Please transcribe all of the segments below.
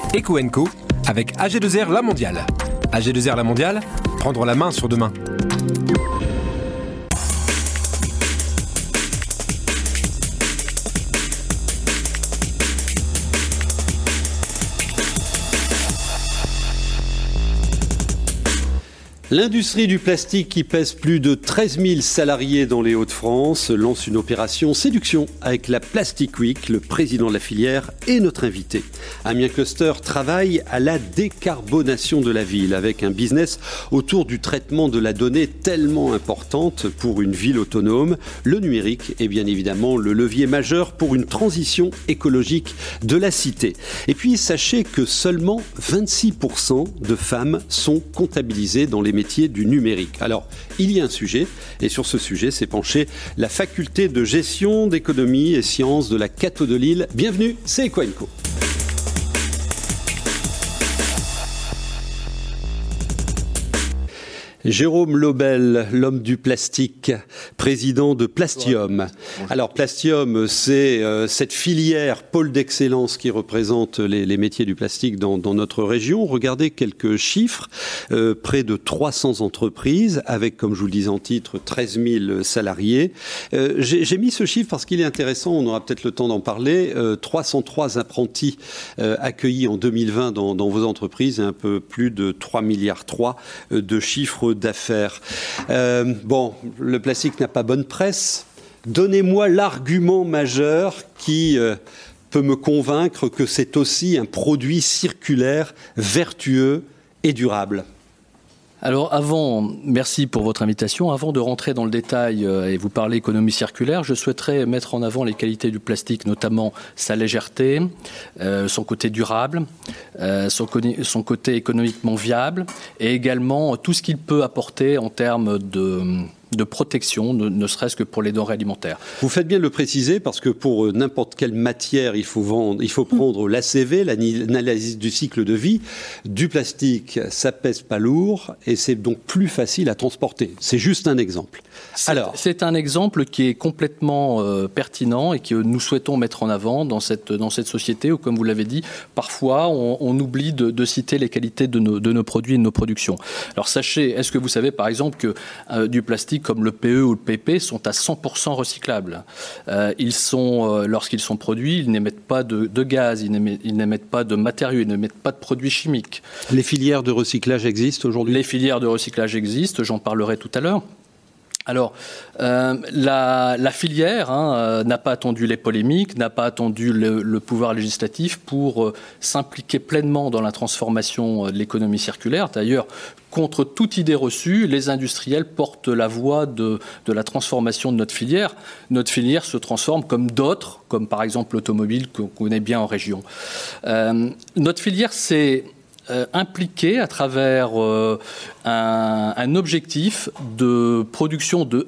Eco & Co avec AG2R La Mondiale. AG2R La Mondiale, prendre la main sur demain. L'industrie du plastique, qui pèse plus de 13 000 salariés dans les Hauts-de-France, lance une opération séduction avec la Plastic Week. Le président de la filière est notre invité. Amiens Cluster travaille à la décarbonation de la ville avec un business autour du traitement de la donnée tellement importante pour une ville autonome. Le numérique est bien évidemment le levier majeur pour une transition écologique de la cité. Et puis sachez que seulement 26% de femmes sont comptabilisées dans les métiers du numérique. Alors, il y a un sujet, et sur ce sujet s'est penchée la faculté de gestion, d'économie et sciences de la Cato de Lille. Bienvenue, c'est Eco & Co. Jérôme Lobel, l'homme du plastique, président de Plastium. Alors Plastium, c'est cette filière pôle d'excellence qui représente les métiers du plastique dans notre région. Regardez quelques chiffres, près de 300 entreprises avec, comme je vous le disais en titre, 13 000 salariés. J'ai mis ce chiffre parce qu'il est intéressant, on aura peut-être le temps d'en parler. 303 apprentis accueillis en 2020 dans vos entreprises et un peu plus de 3,3 milliards de chiffres d'affaires. Le plastique n'a pas bonne presse. Donnez-moi l'argument majeur qui peut me convaincre que c'est aussi un produit circulaire, vertueux et durable. Alors merci pour votre invitation. Avant de rentrer dans le détail et vous parler économie circulaire, je souhaiterais mettre en avant les qualités du plastique, notamment sa légèreté, son côté durable, son côté économiquement viable et également tout ce qu'il peut apporter en termes de protection, ne serait-ce que pour les denrées alimentaires. Vous faites bien de le préciser parce que pour n'importe quelle matière, il faut prendre l'ACV, l'analyse du cycle de vie. Du plastique, ça pèse pas lourd et c'est donc plus facile à transporter. C'est juste un exemple. C'est un exemple qui est complètement pertinent et que nous souhaitons mettre en avant dans cette société où, comme vous l'avez dit, parfois on oublie de citer les qualités de nos produits et de nos productions. Alors sachez, est-ce que vous savez par exemple que du plastique comme le PE ou le PP sont à 100% recyclables. Lorsqu'ils sont produits, ils n'émettent pas de gaz, ils n'émettent pas de matériaux, ils n'émettent pas de produits chimiques. Les filières de recyclage existent aujourd'hui ? Les filières de recyclage existent, j'en parlerai tout à l'heure. Alors, la filière n'a pas attendu les polémiques, n'a pas attendu le pouvoir législatif pour s'impliquer pleinement dans la transformation de l'économie circulaire. D'ailleurs, contre toute idée reçue, les industriels portent la voix de la transformation de notre filière. Notre filière se transforme comme d'autres, comme par exemple l'automobile qu'on connaît bien en région. Notre filière, c'est impliqué à travers un objectif de production de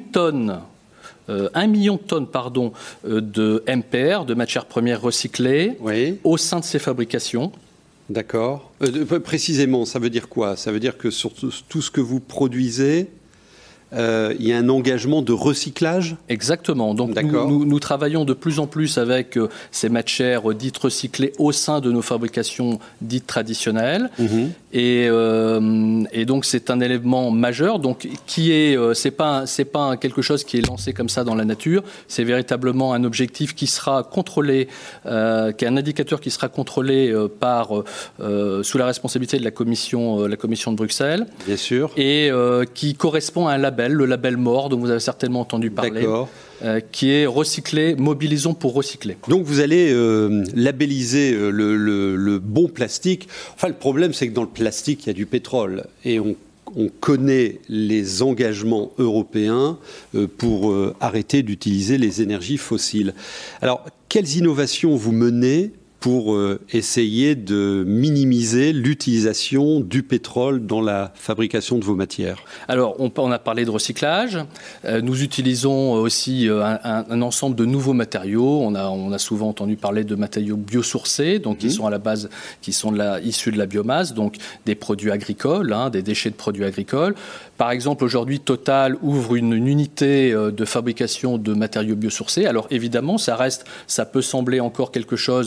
1 million de tonnes de MPR, de matières premières recyclées, oui, au sein de ces fabrications. D'accord. Précisément, ça veut dire quoi ? Ça veut dire que sur tout ce que vous produisez, il y a un engagement de recyclage ? Exactement. Donc nous travaillons de plus en plus avec ces matières dites recyclées au sein de nos fabrications dites traditionnelles. Mmh. Et donc c'est un élément majeur. Donc c'est pas quelque chose qui est lancé comme ça dans la nature. C'est véritablement un objectif qui sera contrôlé, qui est un indicateur qui sera contrôlé sous la responsabilité de la commission de Bruxelles. Bien sûr. Et qui correspond à un label, le label MORE, dont vous avez certainement entendu parler, qui est recyclé, mobilisons pour recycler. Donc vous allez labelliser le bon plastique. Enfin, le problème, c'est que dans le plastique, il y a du pétrole. Et on connaît les engagements européens pour arrêter d'utiliser les énergies fossiles. Alors, quelles innovations vous menez pour essayer de minimiser l'utilisation du pétrole dans la fabrication de vos matières? Alors, on a parlé de recyclage. Nous utilisons aussi un ensemble de nouveaux matériaux. On a souvent entendu parler de matériaux biosourcés, donc qui sont à la base, issus de la biomasse, donc des produits agricoles, des déchets de produits agricoles. Par exemple, aujourd'hui, Total ouvre une unité de fabrication de matériaux biosourcés. Alors, évidemment, ça peut sembler encore quelque chose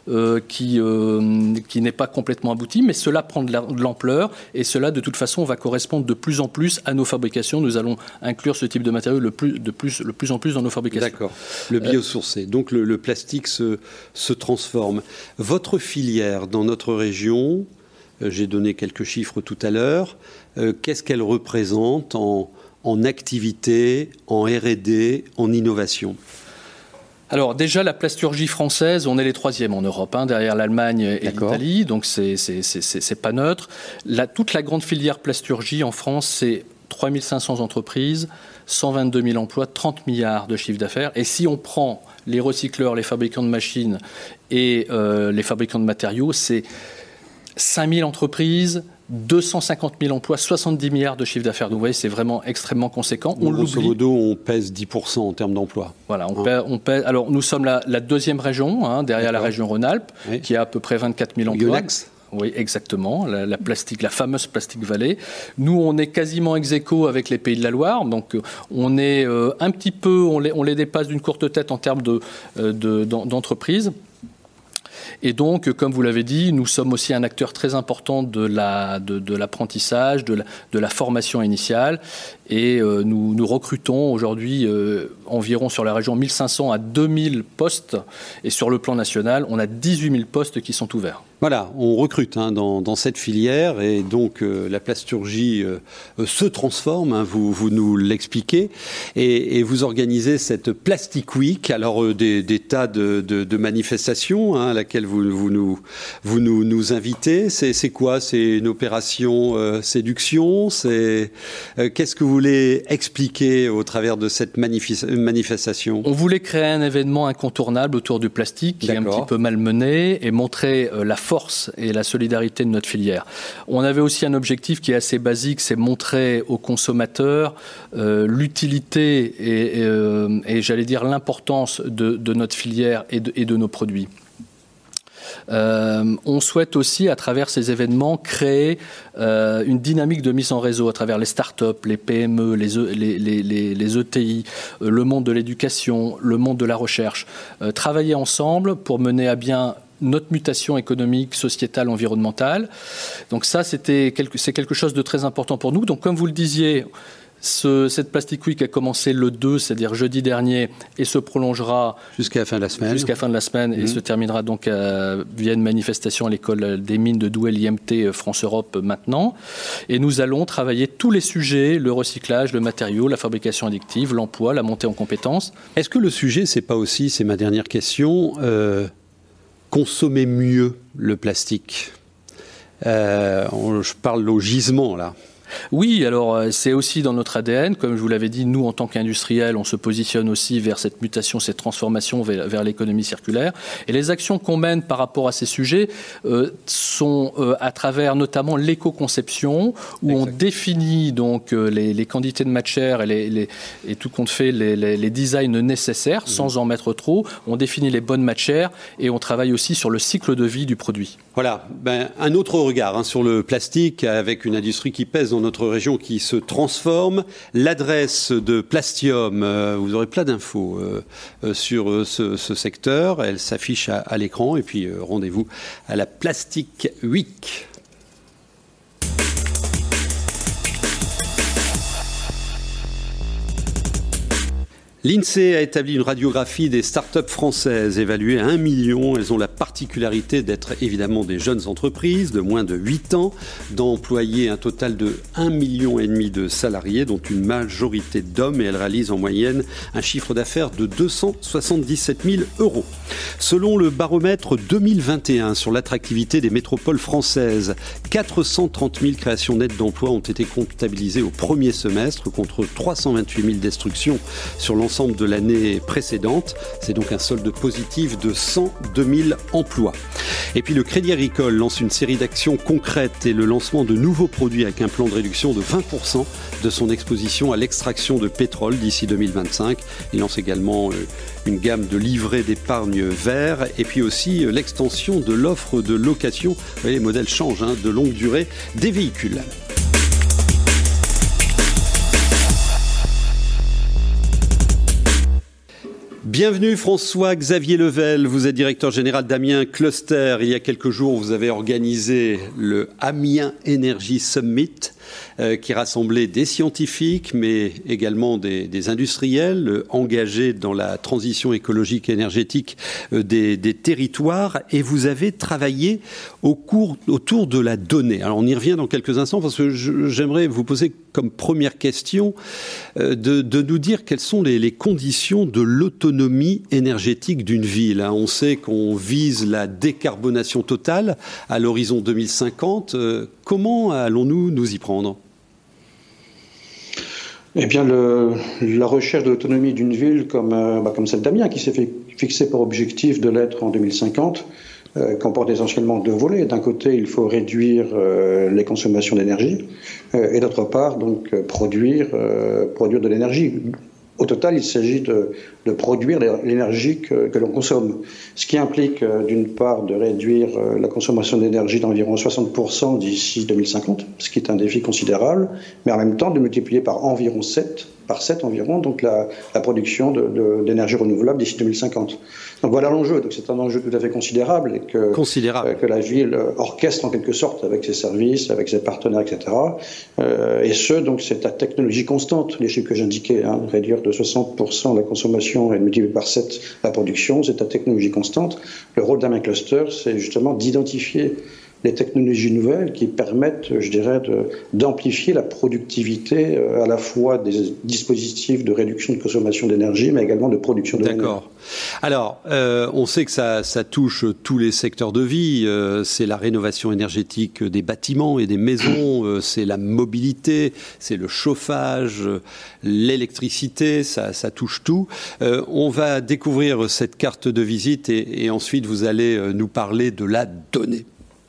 qui n'est pas complètement abouti, mais cela prend de l'ampleur et cela, de toute façon, va correspondre de plus en plus à nos fabrications. Nous allons inclure ce type de matériaux le plus en plus dans nos fabrications. D'accord. Le biosourcé. Donc le plastique se transforme. Votre filière dans notre région, j'ai donné quelques chiffres tout à l'heure, qu'est-ce qu'elle représente en activité, en R&D, en innovation ? Alors déjà, la plasturgie française, on est les 3e en Europe, derrière l'Allemagne et l'Italie, donc c'est pas neutre. Toute la grande filière plasturgie en France, c'est 3500 entreprises, 122 000 emplois, 30 milliards de chiffre d'affaires. Et si on prend les recycleurs, les fabricants de machines et les fabricants de matériaux, c'est 5000 entreprises, 250 000 emplois, 70 milliards de chiffre d'affaires. Donc vous voyez, c'est vraiment extrêmement conséquent. Grosso modo, on pèse 10% en termes d'emploi. Voilà, on pèse. Alors nous sommes la 2e région, derrière la région Rhône-Alpes, qui a à peu près 24 000 emplois. Yonex. Oui, exactement, la fameuse Plastic Valley. Nous, on est quasiment ex-aequo avec les Pays de la Loire, donc on est un petit peu, on les dépasse d'une courte tête en termes d'entreprise. Et donc, comme vous l'avez dit, nous sommes aussi un acteur très important de l'apprentissage, de la formation initiale. Et nous recrutons aujourd'hui environ sur la région 1500 à 2000 postes. Et sur le plan national, on a 18 000 postes qui sont ouverts. Voilà, on recrute dans cette filière et donc la plasturgie se transforme, vous nous l'expliquez, et vous organisez cette Plastic Week, alors des tas de manifestations à laquelle vous nous invitez. C'est quoi ? C'est une opération séduction ? Qu'est-ce que vous voulez expliquer au travers de cette manifestation ? On voulait créer un événement incontournable autour du plastique qui est un petit peu malmené et montrer la force et la solidarité de notre filière. On avait aussi un objectif qui est assez basique, c'est montrer aux consommateurs l'utilité et j'allais dire l'importance de notre filière et de nos produits. On souhaite aussi, à travers ces événements, créer une dynamique de mise en réseau à travers les start-up, les PME, les ETI, le monde de l'éducation, le monde de la recherche. Travailler ensemble pour mener à bien notre mutation économique, sociétale, environnementale. Donc ça, c'est quelque chose de très important pour nous. Donc comme vous le disiez, cette Plastic Week a commencé le 2, c'est-à-dire jeudi dernier, et se prolongera jusqu'à la fin de la semaine. Et se terminera donc via une manifestation à l'école des mines de Douai, l'IMT France-Europe maintenant. Et nous allons travailler tous les sujets, le recyclage, le matériau, la fabrication additive, l'emploi, la montée en compétences. Est-ce que le sujet, c'est pas aussi, c'est ma dernière question, consommer mieux le plastique. Je parle au gisement, là. Oui, alors c'est aussi dans notre ADN. Comme je vous l'avais dit, nous, en tant qu'industriels, on se positionne aussi vers cette mutation, cette transformation vers l'économie circulaire. Et les actions qu'on mène par rapport à ces sujets sont à travers notamment l'éco-conception, où on définit donc les quantités de matière et tout compte fait les designs nécessaires, sans en mettre trop. On définit les bonnes matières et on travaille aussi sur le cycle de vie du produit. Voilà, un autre regard sur le plastique avec une industrie qui pèse dans notre région, qui se transforme. L'adresse de Plastium, vous aurez plein d'infos sur ce secteur. Elle s'affiche à l'écran. Et puis rendez-vous à la Plastic Week. L'INSEE a établi une radiographie des start-up françaises évaluées à 1 million. Elles ont la particularité d'être évidemment des jeunes entreprises de moins de 8 ans, d'employer un total de 1,5 million de salariés, dont une majorité d'hommes, et elles réalisent en moyenne un chiffre d'affaires de 277 000 €. Selon le baromètre 2021 sur l'attractivité des métropoles françaises, 430 000 créations nettes d'emplois ont été comptabilisées au premier semestre contre 328 000 destructions sur l'ensemble de l'année précédente. C'est donc un solde positif de 102 000 emplois. Et puis le Crédit Agricole lance une série d'actions concrètes et le lancement de nouveaux produits avec un plan de réduction de 20% de son exposition à l'extraction de pétrole d'ici 2025. Il lance également une gamme de livrets d'épargne vert et puis aussi l'extension de l'offre de location. Vous voyez, les modèles changent, de longue durée des véhicules. Bienvenue François-Xavier Level, vous êtes directeur général d'Amiens Cluster. Il y a quelques jours, vous avez organisé le Amiens Energy Summit qui rassemblait des scientifiques mais également des industriels engagés dans la transition écologique et énergétique des territoires, et vous avez travaillé autour de la donnée. Alors on y revient dans quelques instants parce que j'aimerais vous poser comme première question de nous dire quelles sont les conditions de l'autonomie énergétique d'une ville. On sait qu'on vise la décarbonation totale à l'horizon 2050. Comment allons-nous nous y prendre ? Eh bien, la recherche de l'autonomie d'une ville comme celle d'Amiens, qui s'est fixée pour objectif de l'être en 2050, comporte essentiellement deux volets. D'un côté, il faut réduire les consommations d'énergie, et d'autre part, donc produire de l'énergie. Au total, il s'agit de produire l'énergie que l'on consomme, ce qui implique d'une part de réduire la consommation d'énergie d'environ 60% d'ici 2050, ce qui est un défi considérable, mais en même temps de multiplier par environ 7 environ, donc la production d'énergie renouvelable d'ici 2050. Donc voilà l'enjeu. Donc c'est un enjeu tout à fait considérable et que la ville orchestre en quelque sorte avec ses services, avec ses partenaires, etc. Donc c'est à technologie constante, les chiffres que j'indiquais, réduire de 60% la consommation et multiplier par 7 la production, c'est à technologie constante. Le rôle d'Amiens Cluster, c'est justement d'identifier les technologies nouvelles qui permettent, je dirais, d'amplifier la productivité à la fois des dispositifs de réduction de consommation d'énergie, mais également de production de l'énergie. D'accord. Alors, on sait que ça touche tous les secteurs de vie. C'est la rénovation énergétique des bâtiments et des maisons, c'est la mobilité, c'est le chauffage, l'électricité, ça touche tout. On va découvrir cette carte de visite et ensuite vous allez nous parler de la donnée.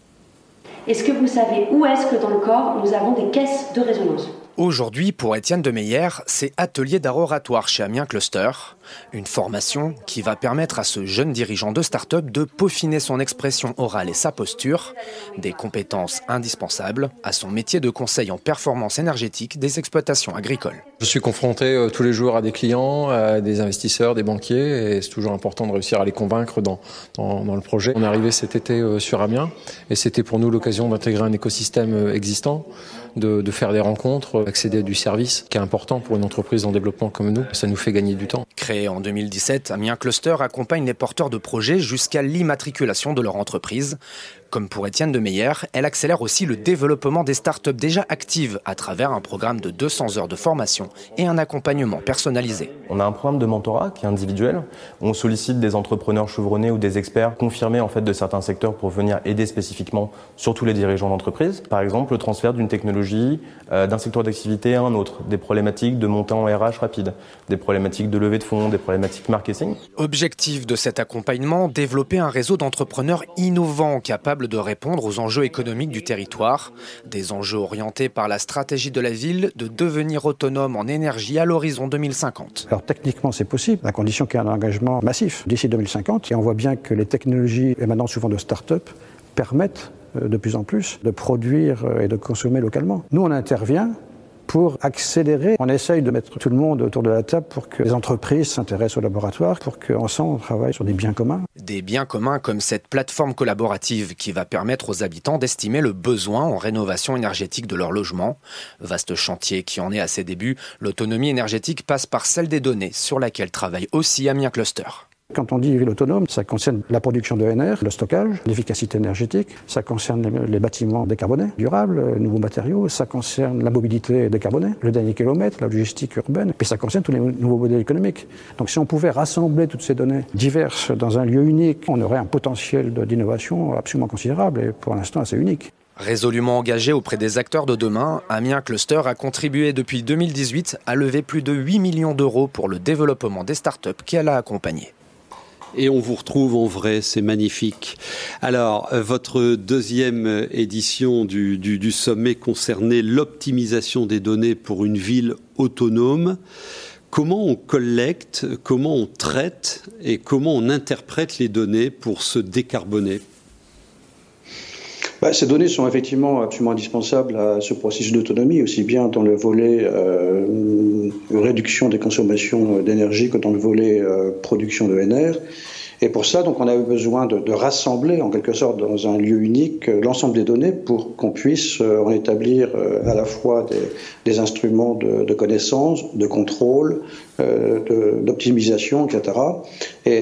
Est-ce que vous savez où est-ce que dans le corps nous avons des caisses de résonance ? Aujourd'hui, pour Étienne Demeyer, c'est atelier d'art oratoire chez Amiens Cluster, une formation qui va permettre à ce jeune dirigeant de start-up de peaufiner son expression orale et sa posture, des compétences indispensables à son métier de conseil en performance énergétique des exploitations agricoles. Je suis confronté tous les jours à des clients, à des investisseurs, des banquiers, et c'est toujours important de réussir à les convaincre dans le projet. On est arrivé cet été sur Amiens, et c'était pour nous l'occasion d'intégrer un écosystème existant, de faire des rencontres, accéder à du service, qui est important pour une entreprise en développement comme nous. Ça nous fait gagner du temps. Créé en 2017, Amiens Cluster accompagne les porteurs de projets jusqu'à l'immatriculation de leur entreprise. Comme pour Étienne Demeyer, elle accélère aussi le développement des startups déjà actives à travers un programme de 200 heures de formation et un accompagnement personnalisé. On a un programme de mentorat qui est individuel. On sollicite des entrepreneurs chevronnés ou des experts confirmés en fait de certains secteurs pour venir aider spécifiquement surtout les dirigeants d'entreprise. Par exemple, le transfert d'une technologie d'un secteur d'activité à un autre, des problématiques de montée en RH rapide, des problématiques de levée de fonds, des problématiques marketing. Objectif de cet accompagnement, développer un réseau d'entrepreneurs innovants capables de répondre aux enjeux économiques du territoire, des enjeux orientés par la stratégie de la ville de devenir autonome en énergie à l'horizon 2050. Alors techniquement c'est possible, à condition qu'il y ait un engagement massif d'ici 2050, et on voit bien que les technologies émanant souvent de start-up permettent de plus en plus de produire et de consommer localement. Nous on intervient pour accélérer. On essaye de mettre tout le monde autour de la table pour que les entreprises s'intéressent au laboratoire, pour qu'ensemble on travaille sur des biens communs. Des biens communs comme cette plateforme collaborative qui va permettre aux habitants d'estimer le besoin en rénovation énergétique de leur logement. Vaste chantier qui en est à ses débuts, l'autonomie énergétique passe par celle des données sur laquelle travaille aussi Amiens Cluster. Quand on dit ville autonome, ça concerne la production de d'ENR, le stockage, l'efficacité énergétique, ça concerne les bâtiments décarbonés, durables, nouveaux matériaux, ça concerne la mobilité décarbonée, le dernier kilomètre, la logistique urbaine, et ça concerne tous les nouveaux modèles économiques. Donc si on pouvait rassembler toutes ces données diverses dans un lieu unique, on aurait un potentiel d'innovation absolument considérable et pour l'instant assez unique. Résolument engagé auprès des acteurs de demain, Amiens Cluster a contribué depuis 2018 à lever plus de 8 millions d'euros pour le développement des startups qu'elle a accompagnées. Et on vous retrouve en vrai, c'est magnifique. Alors, votre deuxième édition du sommet concernait l'optimisation des données pour une ville autonome. Comment on collecte, comment on traite et comment on interprète les données pour se décarboner ? Ces données sont effectivement absolument indispensables à ce processus d'autonomie, aussi bien dans le volet réduction des consommations d'énergie que dans le volet production d'ENR. Et pour ça, donc, on a eu besoin de rassembler, en quelque sorte, dans un lieu unique, l'ensemble des données pour qu'on puisse en établir à la fois des instruments de connaissance, de contrôle, d'optimisation, etc. Et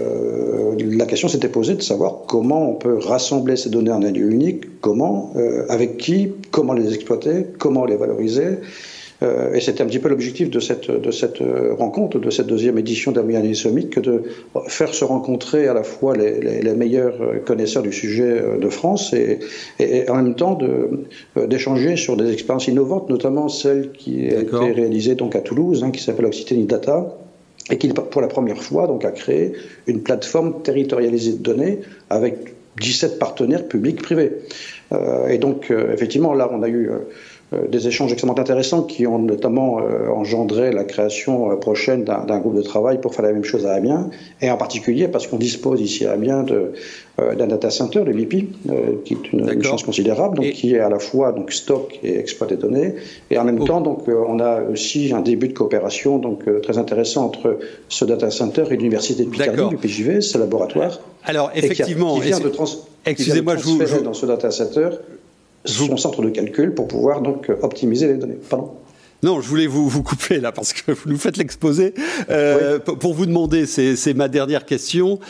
la question s'était posée de savoir comment on peut rassembler ces données en un lieu unique, comment, avec qui, comment les exploiter, comment les valoriser. Et c'était un petit peu l'objectif de cette rencontre, de cette deuxième édition d'Amiens Summit, que de faire se rencontrer à la fois les meilleurs connaisseurs du sujet de France et en même temps d'échanger sur des expériences innovantes, notamment celle qui a été réalisée donc à Toulouse, qui s'appelle Occitanie Data, et qui pour la première fois donc a créé une plateforme territorialisée de données avec 17 partenaires publics-privés. Et donc effectivement là on a eu des échanges extrêmement intéressants qui ont notamment engendré la création prochaine d'un groupe de travail pour faire la même chose à Amiens, et en particulier parce qu'on dispose ici à Amiens d'un data center, le LIPI, qui est une chance considérable, donc qui est à la fois donc stocke et exploite des données, et en même temps donc on a aussi un début de coopération donc très intéressant entre ce data center et l'université de Picardie, du PJV, ce laboratoire. Alors effectivement, excusez-moi, je vous dans ce data center son centre de calcul pour pouvoir donc optimiser les données. Pardon. Non, je voulais vous couper là parce que vous nous faites l'exposé. Pour vous demander, c'est ma dernière question,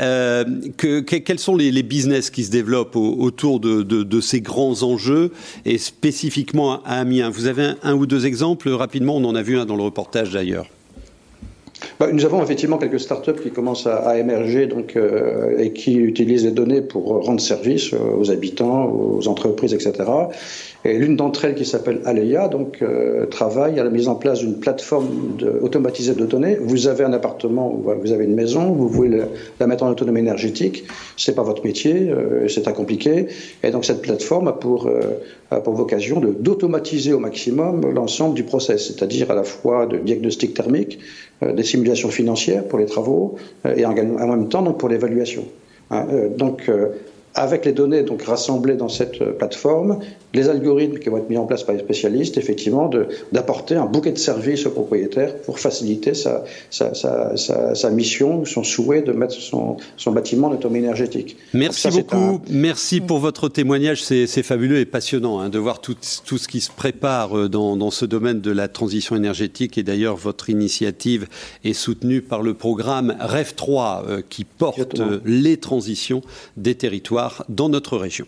quels sont les business qui se développent autour de ces grands enjeux et spécifiquement à Amiens? Vous avez un ou deux exemples rapidement, on en a vu un dans le reportage d'ailleurs. Nous avons effectivement quelques startups qui commencent à émerger donc, et qui utilisent les données pour rendre service aux habitants, aux entreprises, etc. Et l'une d'entre elles, qui s'appelle Aleia, donc, travaille à la mise en place d'une plateforme automatisée de données. Vous avez un appartement, vous avez une maison, vous voulez la mettre en autonomie énergétique, c'est pas votre métier, c'est très compliqué. Et donc cette plateforme a pour vocation d'automatiser au maximum l'ensemble du process, c'est-à-dire à la fois de diagnostic thermique, des simulations financières pour les travaux et en même temps donc pour l'évaluation. Avec les données donc rassemblées dans cette plateforme, les algorithmes qui vont être mis en place par les spécialistes, effectivement, d'apporter un bouquet de services au propriétaire pour faciliter sa mission, son souhait de mettre son bâtiment en autonomie énergétique. Merci beaucoup. Merci pour votre témoignage. C'est fabuleux et passionnant de voir tout ce qui se prépare dans ce domaine de la transition énergétique. Et d'ailleurs, votre initiative est soutenue par le programme REV 3 qui porte les transitions des territoires dans notre région.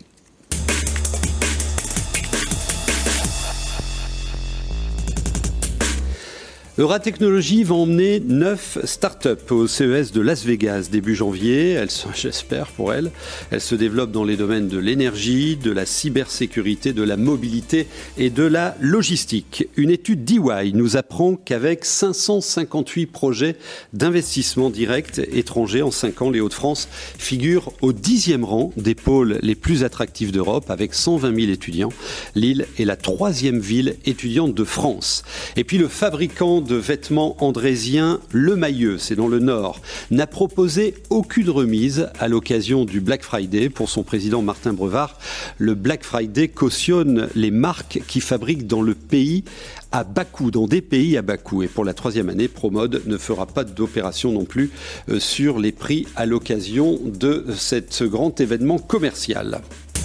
Euratechnologies va emmener 9 startups au CES de Las Vegas début janvier. J'espère pour elles. Elles se développent dans les domaines de l'énergie, de la cybersécurité, de la mobilité et de la logistique. Une étude d'EY nous apprend qu'avec 558 projets d'investissement direct étrangers en 5 ans, les Hauts-de-France figurent au 10e rang des pôles les plus attractifs d'Europe avec 120 000 étudiants. Lille est la 3e ville étudiante de France. Et puis le fabricant de vêtements andrésien Le Mailleux, c'est dans le Nord, n'a proposé aucune remise à l'occasion du Black Friday. Pour son président Martin Brevard, le Black Friday cautionne les marques qui fabriquent dans le pays à bas coût, dans des pays à bas coût. Et pour la 3e année, Promode ne fera pas d'opération non plus sur les prix à l'occasion de ce grand événement commercial.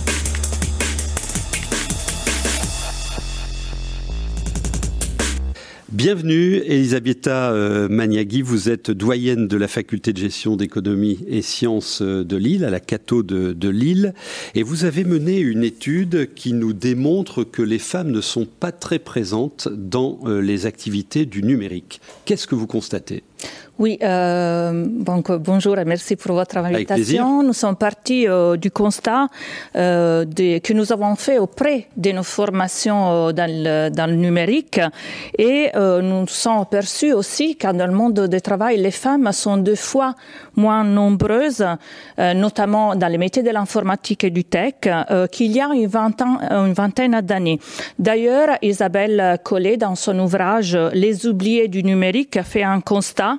Bienvenue Elisabetta Maniaghi, vous êtes doyenne de la faculté de gestion d'économie et sciences de Lille, à la Cato de Lille, et vous avez mené une étude qui nous démontre que les femmes ne sont pas très présentes dans les activités du numérique. Qu'est-ce que vous constatez ? Oui, donc bonjour et merci pour votre invitation. Nous sommes partis du constat que nous avons fait auprès de nos formations dans le numérique et nous sommes aperçus aussi que dans le monde du travail, les femmes sont 2 fois moins nombreuses, notamment dans les métiers de l'informatique et du tech, qu'il y a une vingtaine d'années. D'ailleurs, Isabelle Collet, dans son ouvrage « Les oubliés du numérique », fait un constat constat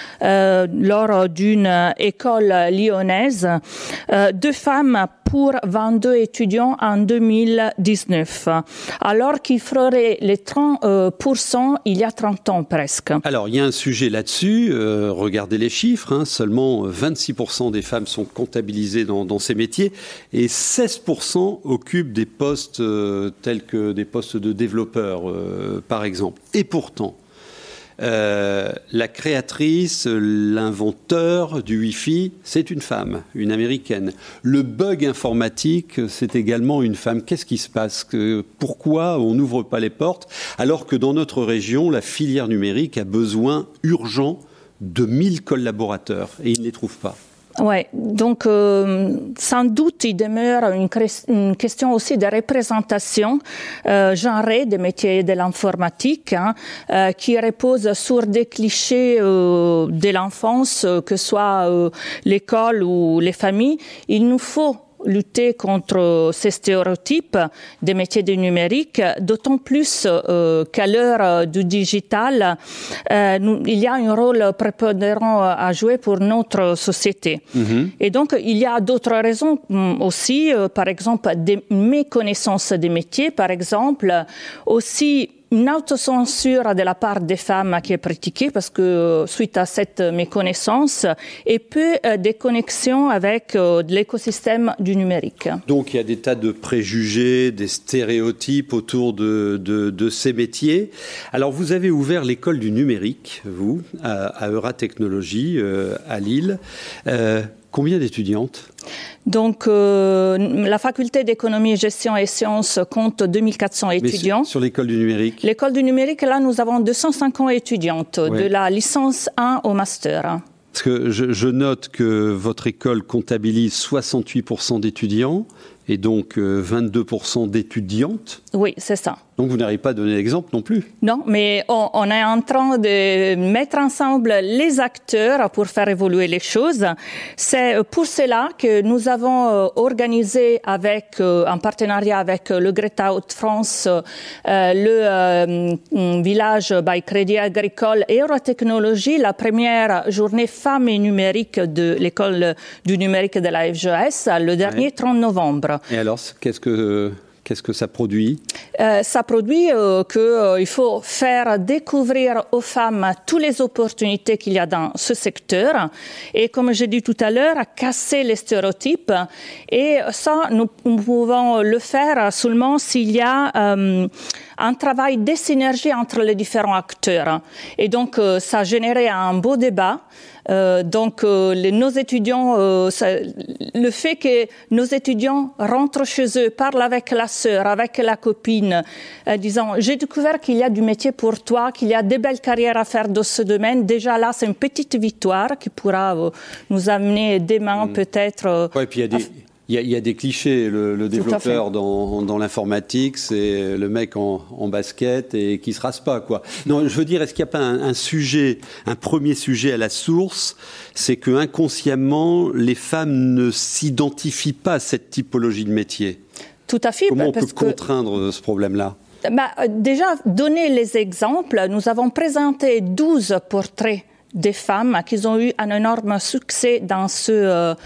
lors d'une école lyonnaise, 2 femmes pour 22 étudiants en 2019, alors qu'il ferait les 30% il y a 30 ans presque. Alors, il y a un sujet là-dessus, regardez les chiffres, seulement 26% des femmes sont comptabilisées dans ces métiers et 16% occupent des postes tels que des postes de développeurs, par exemple. Et pourtant, la créatrice, l'inventeur du Wi-Fi, c'est une femme, une américaine. Le bug informatique, c'est également une femme. Qu'est-ce qui se passe ? Pourquoi on n'ouvre pas les portes alors que dans notre région, la filière numérique a besoin urgent de 1000 collaborateurs et ils ne les trouvent pas ? Oui, donc sans doute il demeure une question aussi de représentation genrée des métiers de l'informatique qui repose sur des clichés de l'enfance, que ce soit l'école ou les familles. Il nous faut lutter contre ces stéréotypes des métiers du numérique, d'autant plus qu'à l'heure du digital, il y a un rôle prépondérant à jouer pour notre société. Et donc, il y a d'autres raisons aussi, par exemple, des méconnaissances des métiers, par exemple, aussi une autocensure de la part des femmes qui est pratiquée parce que suite à cette méconnaissance et peu de connexions avec l'écosystème du numérique. Donc il y a des tas de préjugés, des stéréotypes autour de ces métiers. Alors vous avez ouvert l'école du numérique, vous, à Euratechnologie, à Lille. Combien d'étudiantes ? Donc, la faculté d'économie, gestion et sciences compte 2400 étudiants. Mais sur l'école du numérique ? L'école du numérique, là, nous avons 250 étudiantes, de la licence 1 au master. Parce que je note que votre école comptabilise 68% d'étudiants et donc 22% d'étudiantes. Oui, c'est ça. Donc vous n'arrivez pas à donner l'exemple non plus. Non, mais on est en train de mettre ensemble les acteurs pour faire évoluer les choses. C'est pour cela que nous avons organisé en partenariat avec le Greta Haute-France, le village by Crédit Agricole et Euratechnologie, la première journée femmes et numérique de l'école du numérique de la FGS, le dernier 30 novembre. Et alors, qu'est-ce que ça produit ? Ça produit qu'il faut faire découvrir aux femmes toutes les opportunités qu'il y a dans ce secteur. Et comme j'ai dit tout à l'heure, casser les stéréotypes. Et ça, nous pouvons le faire seulement s'il y a un travail de synergie entre les différents acteurs. Et donc, ça a généré un beau débat. Nos étudiants, le fait que nos étudiants rentrent chez eux, parlent avec la sœur, avec la copine, disant « j'ai découvert qu'il y a du métier pour toi, qu'il y a des belles carrières à faire dans ce domaine », déjà là, c'est une petite victoire qui pourra nous amener demain peut-être... Oui, puis il y a des clichés. Le développeur dans l'informatique, c'est le mec en basket et qui se rase pas, quoi. Non, je veux dire, est-ce qu'il n'y a pas un premier sujet à la source, c'est que inconsciemment, les femmes ne s'identifient pas à cette typologie de métier. Tout à fait. Comment on peut contraindre ce problème-là ? Déjà, donner les exemples. Nous avons présenté 12 portraits des femmes qui ont eu un énorme succès dans ce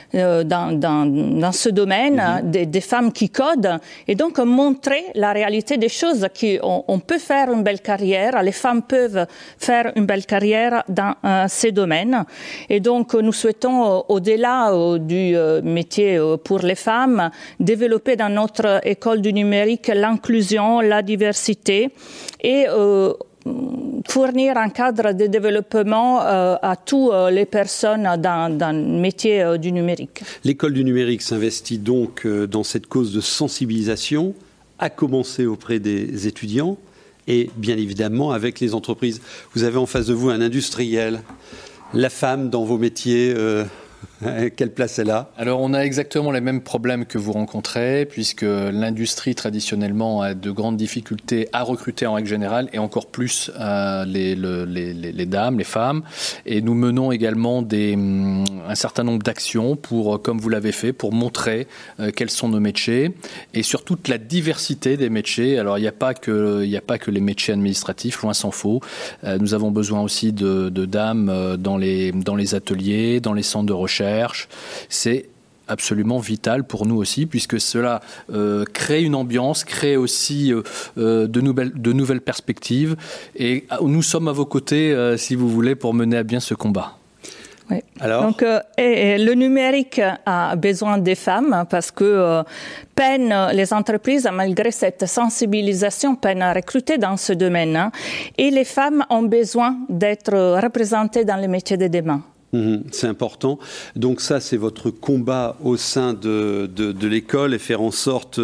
domaine, des femmes qui codent, et donc montrer la réalité des choses, qu'on peut faire une belle carrière, les femmes peuvent faire une belle carrière dans ces domaines. Et donc nous souhaitons, au-delà du métier pour les femmes, développer dans notre école du numérique l'inclusion, la diversité et fournir un cadre de développement à toutes les personnes dans le métier du numérique. L'école du numérique s'investit donc dans cette cause de sensibilisation, à commencer auprès des étudiants et bien évidemment avec les entreprises. Vous avez en face de vous un industriel, la femme dans vos métiers Quelle place elle a? Alors, on a exactement les mêmes problèmes que vous rencontrez, puisque l'industrie, traditionnellement, a de grandes difficultés à recruter en règle générale, et encore plus les dames, les femmes. Et nous menons également un certain nombre d'actions pour, comme vous l'avez fait, pour montrer quels sont nos métiers, et surtout la diversité des métiers. Alors, il n'y a pas que les métiers administratifs, loin s'en faut. Nous avons besoin aussi de dames dans les ateliers, dans les centres de recherche. C'est absolument vital pour nous aussi, puisque cela crée une ambiance, crée aussi de nouvelles perspectives. Et nous sommes à vos côtés, si vous voulez, pour mener à bien ce combat. Oui. Donc, le numérique a besoin des femmes parce que les entreprises, malgré cette sensibilisation, peinent à recruter dans ce domaine. Hein, et les femmes ont besoin d'être représentées dans les métiers de demain. C'est important. Donc ça, c'est votre combat au sein de l'école, et faire en sorte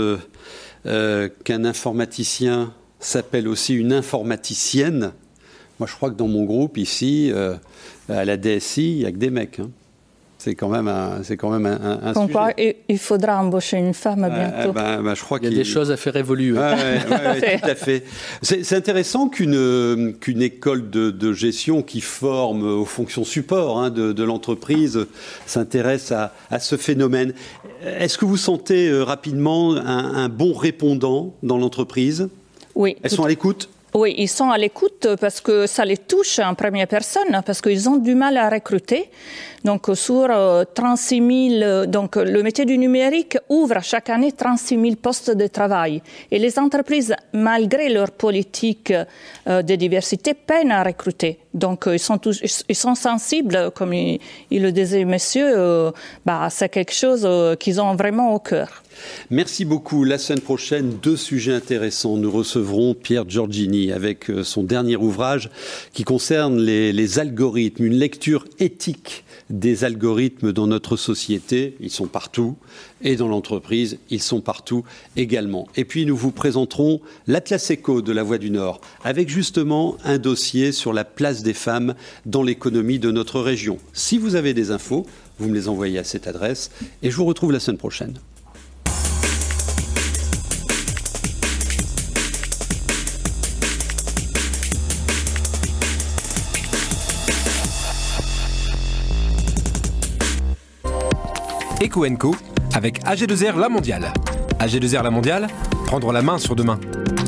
qu'un informaticien s'appelle aussi une informaticienne. Moi, je crois que dans mon groupe, ici, à la DSI, il n'y a que des mecs. Hein. C'est quand même un sujet. Quoi, il faudra embaucher une femme bientôt. Je crois il y a des choses à faire évoluer. Ouais, tout à fait. C'est intéressant qu'une école de gestion qui forme aux fonctions support de l'entreprise s'intéresse à ce phénomène. Est-ce que vous sentez rapidement un bon répondant dans l'entreprise? Oui. Elles sont à l'écoute? Oui, ils sont à l'écoute parce que ça les touche en première personne, parce qu'ils ont du mal à recruter. Donc, sur 36 000, donc le métier du numérique ouvre chaque année 36 000 postes de travail. Et les entreprises, malgré leur politique de diversité, peinent à recruter. Donc, ils sont sensibles, comme il le disait monsieur, c'est quelque chose qu'ils ont vraiment au cœur. Merci beaucoup. La semaine prochaine, 2 sujets intéressants. Nous recevrons Pierre Giorgini avec son dernier ouvrage qui concerne les algorithmes, une lecture éthique des algorithmes dans notre société. Ils sont partout. Et dans l'entreprise, ils sont partout également. Et puis, nous vous présenterons l'Atlas Éco de la Voix du Nord, avec justement un dossier sur la place des femmes dans l'économie de notre région. Si vous avez des infos, vous me les envoyez à cette adresse. Et je vous retrouve la semaine prochaine. Eco & Co avec AG2R La Mondiale. AG2R La Mondiale, prendre la main sur demain.